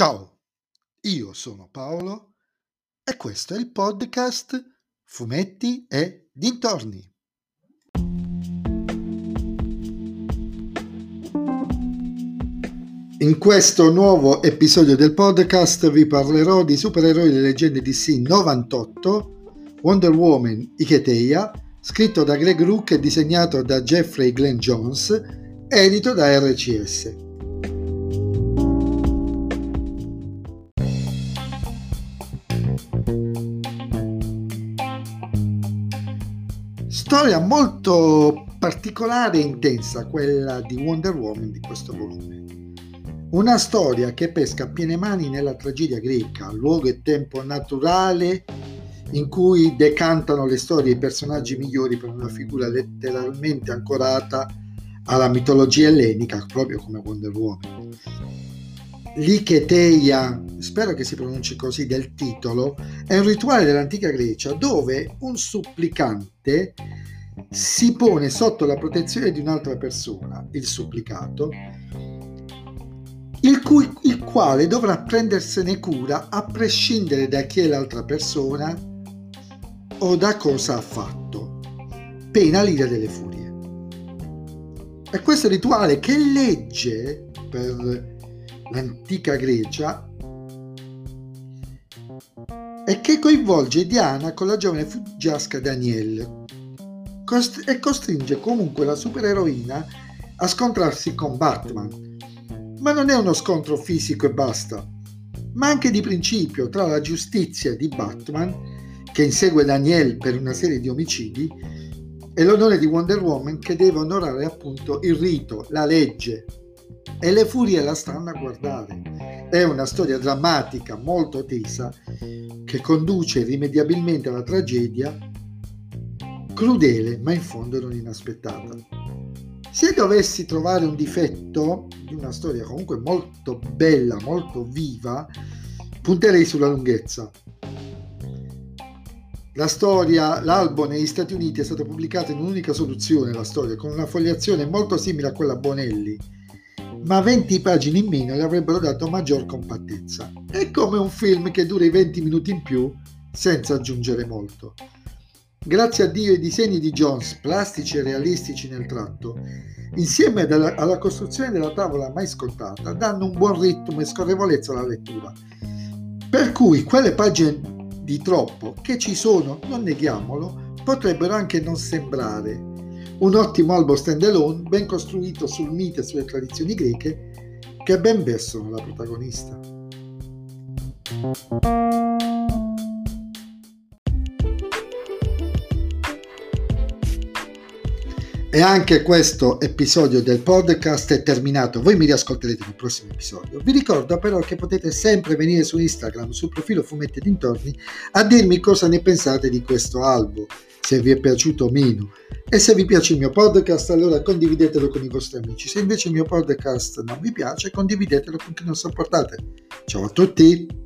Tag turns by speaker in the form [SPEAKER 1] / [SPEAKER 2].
[SPEAKER 1] Ciao, io sono Paolo e questo è il podcast Fumetti e Dintorni. In questo nuovo episodio del podcast vi parlerò di supereroi delle leggende DC 98, Wonder Woman Iketeia, scritto da Greg Rucka e disegnato da Jeffrey Glenn Jones, edito da RCS. Storia molto particolare e intensa quella di Wonder Woman di questo volume. Una storia che pesca a piene mani nella tragedia greca, luogo e tempo naturale in cui decantano le storie e i personaggi migliori per una figura letteralmente ancorata alla mitologia ellenica, proprio come Wonder Woman. L'Iketeia, spero che si pronunci così, del titolo, è un rituale dell'antica Grecia dove un supplicante si pone sotto la protezione di un'altra persona, il supplicato, il quale dovrà prendersene cura a prescindere da chi è l'altra persona o da cosa ha fatto, pena l'ira delle furie. E questo rituale, che legge per l'antica Grecia, e che coinvolge Diana con la giovane fuggiasca Danielle e costringe comunque la supereroina a scontrarsi con Batman. Ma non è uno scontro fisico e basta, ma anche di principio tra la giustizia di Batman, che insegue Danielle per una serie di omicidi, e l'onore di Wonder Woman, che deve onorare appunto il rito, la legge, e le furie la stanno a guardare. È una storia drammatica, molto tesa, che conduce irrimediabilmente alla tragedia, crudele ma in fondo non inaspettata. Se dovessi trovare un difetto di una storia comunque molto bella, molto viva, punterei sulla lunghezza. La storia, l'albo negli Stati Uniti è stato pubblicato in un'unica soluzione, la storia, con una fogliazione molto simile a quella Bonelli, ma 20 pagine in meno le avrebbero dato maggior compattezza. È come un film che dura i 20 minuti in più senza aggiungere molto. Grazie a Dio i disegni di Jones, plastici e realistici nel tratto, insieme alla costruzione della tavola mai scontata, danno un buon ritmo e scorrevolezza alla lettura. Per cui quelle pagine di troppo che ci sono, non neghiamolo, potrebbero anche non sembrare. Un ottimo albo stand-alone, ben costruito sul mito e sulle tradizioni greche, che ben vestono la protagonista. E anche questo episodio del podcast è terminato. Voi mi riascolterete nel prossimo episodio. Vi ricordo però che potete sempre venire su Instagram, sul profilo Fumetti e Dintorni, a dirmi cosa ne pensate di questo albo, se vi è piaciuto o meno. E se vi piace il mio podcast, allora condividetelo con i vostri amici. Se invece il mio podcast non vi piace, condividetelo con chi non sopportate. Ciao a tutti!